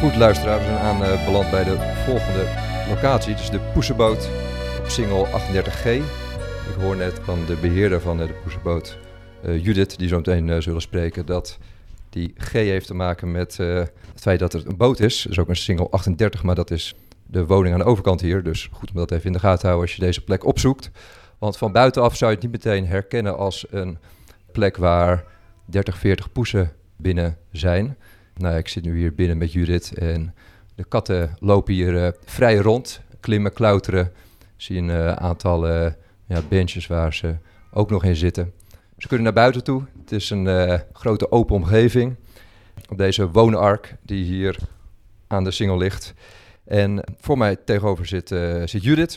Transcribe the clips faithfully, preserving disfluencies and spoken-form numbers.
Goed luisteraars, we zijn aanbeland uh, bij de volgende locatie. Het is de Poesenboot op Singel achtendertig G. Ik hoor net van de beheerder van uh, de Poesenboot, uh, Judith, die zo meteen uh, zullen spreken, dat die G heeft te maken met uh, het feit dat het een boot is. Het is ook een Singel achtendertig, maar dat is de woning aan de overkant hier. Dus goed om dat even in de gaten te houden als je deze plek opzoekt. Want van buitenaf zou je het niet meteen herkennen als een plek waar dertig, veertig poesen binnen zijn. Nou, ik zit nu hier binnen met Judith en de katten lopen hier uh, vrij rond, klimmen, klauteren. Ik zie een uh, aantal uh, ja, benches waar ze ook nog in zitten. Ze kunnen naar buiten toe. Het is een uh, grote open omgeving op deze woonark die hier aan de Singel ligt. En voor mij tegenover zit, uh, zit Judith.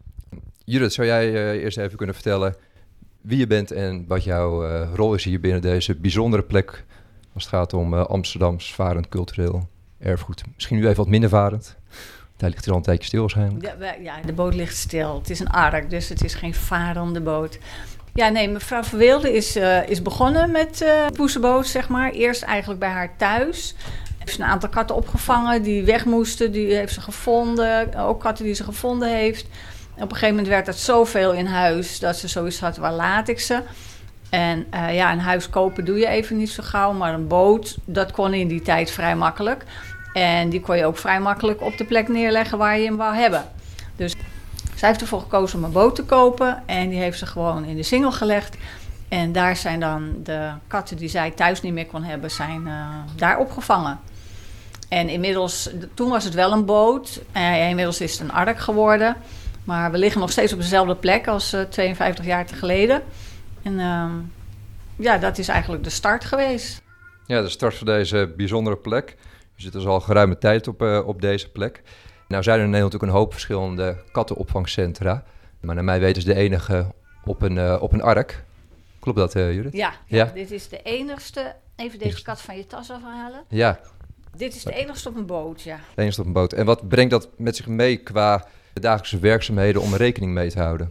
Judith, zou jij uh, eerst even kunnen vertellen wie je bent en wat jouw uh, rol is hier binnen deze bijzondere plek als het gaat om uh, Amsterdams varend cultureel erfgoed. Misschien nu even wat minder varend. Hij ligt hier al een tijdje stil waarschijnlijk. Ja, wij, ja, de boot ligt stil. Het is een ark, dus het is geen varende boot. Ja, nee, mevrouw Verweelde is, uh, is begonnen met uh, de Poesenboot, zeg maar. Eerst eigenlijk bij haar thuis. Heeft ze een aantal katten opgevangen die weg moesten. Die heeft ze gevonden. Ook katten die ze gevonden heeft. Op een gegeven moment werd het zoveel in huis dat ze zoiets had, waar laat ik ze? En uh, ja, een huis kopen doe je even niet zo gauw, maar een boot, dat kon in die tijd vrij makkelijk. En die kon je ook vrij makkelijk op de plek neerleggen waar je hem wou hebben. Dus zij heeft ervoor gekozen om een boot te kopen en die heeft ze gewoon in de Singel gelegd. En daar zijn dan de katten die zij thuis niet meer kon hebben, zijn uh, daar opgevangen. En inmiddels, toen was het wel een boot, uh, inmiddels is het een ark geworden. Maar we liggen nog steeds op dezelfde plek als uh, tweeënvijftig jaar geleden. En uh, ja, dat is eigenlijk de start geweest. Ja, de start van deze bijzondere plek. Je zit dus al geruime tijd op, uh, op deze plek. Nou zijn er in Nederland natuurlijk een hoop verschillende kattenopvangcentra. Maar naar mij weten is de enige op een, uh, op een ark. Klopt dat, uh, Judith? Ja, ja, ja, dit is de enigste. Even deze kat van je tas afhalen. Ja. Dit is de enigste op een boot, ja. De enigste op een boot. En wat brengt dat met zich mee qua dagelijkse werkzaamheden om er rekening mee te houden?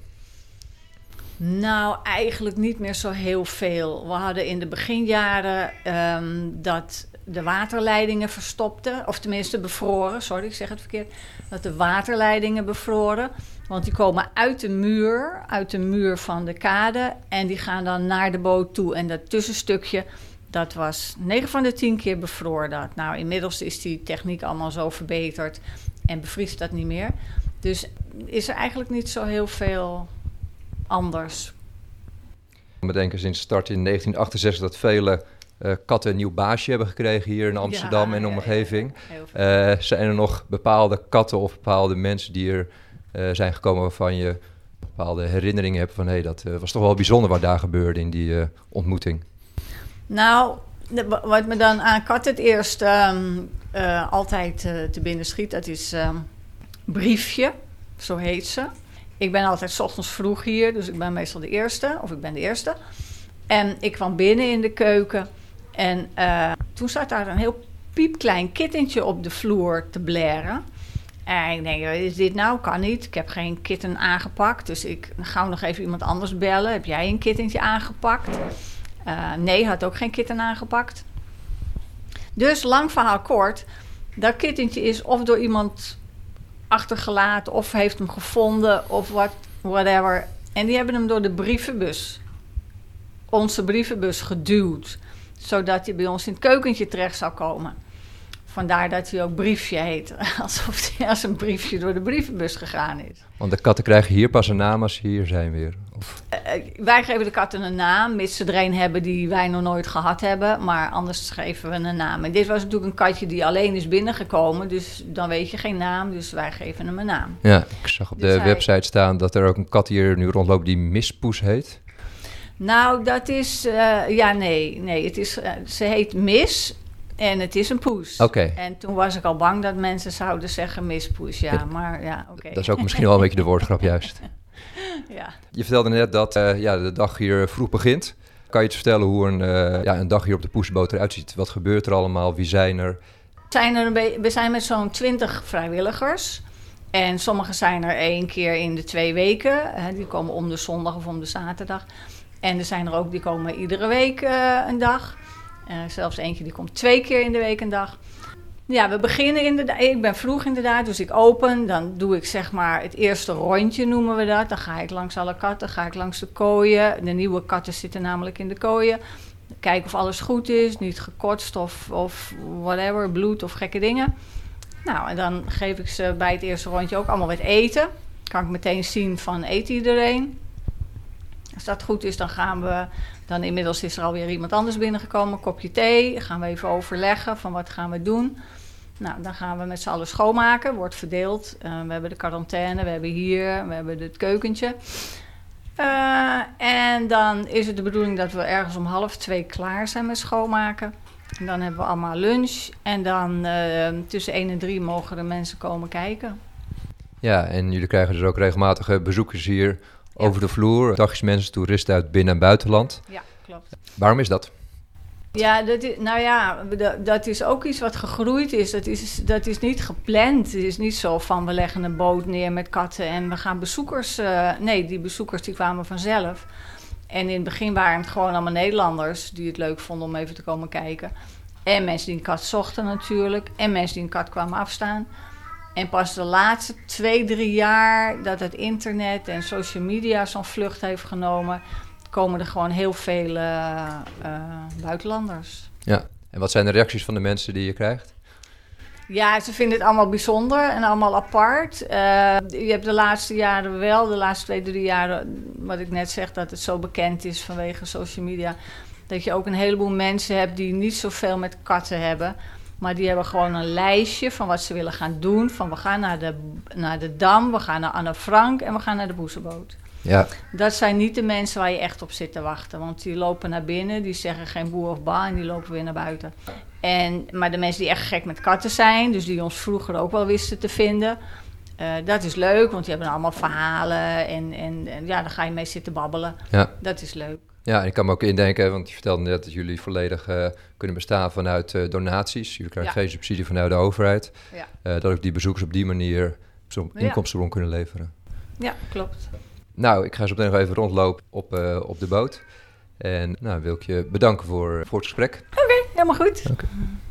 Nou, eigenlijk niet meer zo heel veel. We hadden in de beginjaren um, dat de waterleidingen verstopten, of tenminste bevroren, sorry, ik zeg het verkeerd, dat de waterleidingen bevroren, want die komen uit de muur, uit de muur van de kade en die gaan dan naar de boot toe. En dat tussenstukje, dat was negen van de tien keer bevroren dat. Nou, inmiddels is die techniek allemaal zo verbeterd en bevriest dat niet meer. Dus is er eigenlijk niet zo heel veel anders. We denken sinds start in negentien achtenzestig dat vele uh, katten een nieuw baasje hebben gekregen hier in Amsterdam ja, en de omgeving. Ja, ja, uh, zijn er nog bepaalde katten of bepaalde mensen die er uh, zijn gekomen waarvan je bepaalde herinneringen hebt van hé, hey, dat uh, was toch wel bijzonder wat daar gebeurde in die uh, ontmoeting? Nou, de, wat me dan aan katten het eerst um, uh, altijd uh, te binnen schiet, dat is um, Briefje, zo heet ze. Ik ben altijd 's ochtends vroeg hier, dus ik ben meestal de eerste, of ik ben de eerste. En ik kwam binnen in de keuken en uh, toen zat daar een heel piepklein kittentje op de vloer te blaren. En ik denk, is dit nou? Kan niet. Ik heb geen kitten aangepakt, dus ik ga nog even iemand anders bellen. Heb jij een kittentje aangepakt? Uh, nee, had ook geen kitten aangepakt. Dus lang verhaal kort, dat kittentje is of door iemand achtergelaten of heeft hem gevonden of wat, whatever. En die hebben hem door de brievenbus, onze brievenbus, geduwd. Zodat hij bij ons in het keukentje terecht zou komen. Vandaar dat hij ook Briefje heet. Alsof hij als een briefje door de brievenbus gegaan is. Want de katten krijgen hier pas een naam als ze hier zijn weer? Of? Uh, wij geven de katten een naam, mits ze er een hebben die wij nog nooit gehad hebben. Maar anders geven we een naam. En dit was natuurlijk een katje die alleen is binnengekomen. Dus dan weet je geen naam, dus wij geven hem een naam. Ja, ik zag op dus de hij... website staan dat er ook een kat hier nu rondloopt die Mispoes heet. Nou, dat is... Uh, ja, nee. nee het is, uh, ze heet Mis... En het is een poes. Okay. En toen was ik al bang dat mensen zouden zeggen mispoes. Ja, maar ja, oké. Okay. Dat is ook misschien wel een beetje de woordgrap juist. Ja. Je vertelde net dat uh, ja, de dag hier vroeg begint. Kan je iets vertellen hoe een, uh, ja, een dag hier op de Poesenboot eruit ziet? Wat gebeurt er allemaal? Wie zijn er? Zijn er een be- we zijn met zo'n twintig vrijwilligers. En sommigen zijn er één keer in de twee weken. Hè, die komen om de zondag of om de zaterdag. En er zijn er ook die komen iedere week uh, een dag. Uh, zelfs eentje die komt twee keer in de week een dag. Ja, we beginnen inderdaad. Ik ben vroeg inderdaad, dus ik open. Dan doe ik zeg maar het eerste rondje, noemen we dat. Dan ga ik langs alle katten, ga ik langs de kooien. De nieuwe katten zitten namelijk in de kooien. Kijken of alles goed is, niet gekotst of, of whatever, bloed of gekke dingen. Nou, en dan geef ik ze bij het eerste rondje ook allemaal wat eten. Kan ik meteen zien van, eet iedereen? Als dat goed is, dan gaan we... Dan inmiddels is er alweer iemand anders binnengekomen, een kopje thee. Gaan we even overleggen van wat gaan we doen. Nou, dan gaan we met z'n allen schoonmaken, wordt verdeeld. Uh, we hebben de quarantaine, we hebben hier, we hebben het keukentje. Uh, en dan is het de bedoeling dat we ergens om half twee klaar zijn met schoonmaken. En dan hebben we allemaal lunch. En dan uh, tussen één en drie mogen de mensen komen kijken. Ja, en jullie krijgen dus ook regelmatige bezoekers hier ja. over de vloer. Dagjes mensen, toeristen uit binnen- en buitenland. Ja, klopt. Waarom is dat? Ja, dat is, nou ja, dat is ook iets wat gegroeid is. Dat is, dat is niet gepland. Het is niet zo van we leggen een boot neer met katten en we gaan bezoekers... Uh, nee, die bezoekers die kwamen vanzelf. En in het begin waren het gewoon allemaal Nederlanders die het leuk vonden om even te komen kijken. En mensen die een kat zochten natuurlijk. En mensen die een kat kwamen afstaan. En pas de laatste twee, drie jaar dat het internet en social media zo'n vlucht heeft genomen... komen er gewoon heel veel uh, uh, buitenlanders. Ja, en wat zijn de reacties van de mensen die je krijgt? Ja, ze vinden het allemaal bijzonder en allemaal apart. Uh, je hebt de laatste jaren wel, de laatste twee, drie jaren... wat ik net zeg, dat het zo bekend is vanwege social media... dat je ook een heleboel mensen hebt die niet zoveel met katten hebben... maar die hebben gewoon een lijstje van wat ze willen gaan doen. Van we gaan naar de, naar de Dam, we gaan naar Anne Frank en we gaan naar de Poeseboot. Ja. Dat zijn niet de mensen waar je echt op zit te wachten. Want die lopen naar binnen, die zeggen geen boer of ba en die lopen weer naar buiten. En, maar de mensen die echt gek met katten zijn, dus die ons vroeger ook wel wisten te vinden... Uh, dat is leuk, want die hebben allemaal verhalen en, en, en ja, daar ga je mee zitten babbelen. Ja. Dat is leuk. Ja, en ik kan me ook indenken, want je vertelde net dat jullie volledig uh, kunnen bestaan vanuit uh, donaties. Jullie krijgen ja. geen subsidie vanuit de overheid. Ja. Uh, dat ook die bezoekers op die manier zo'n ja. inkomstenbron kunnen leveren. Ja, klopt. Nou, ik ga zo meteen nog even rondlopen op, uh, op de boot. En nou, wil ik je bedanken voor, voor het gesprek. Oké, okay, helemaal goed. Okay.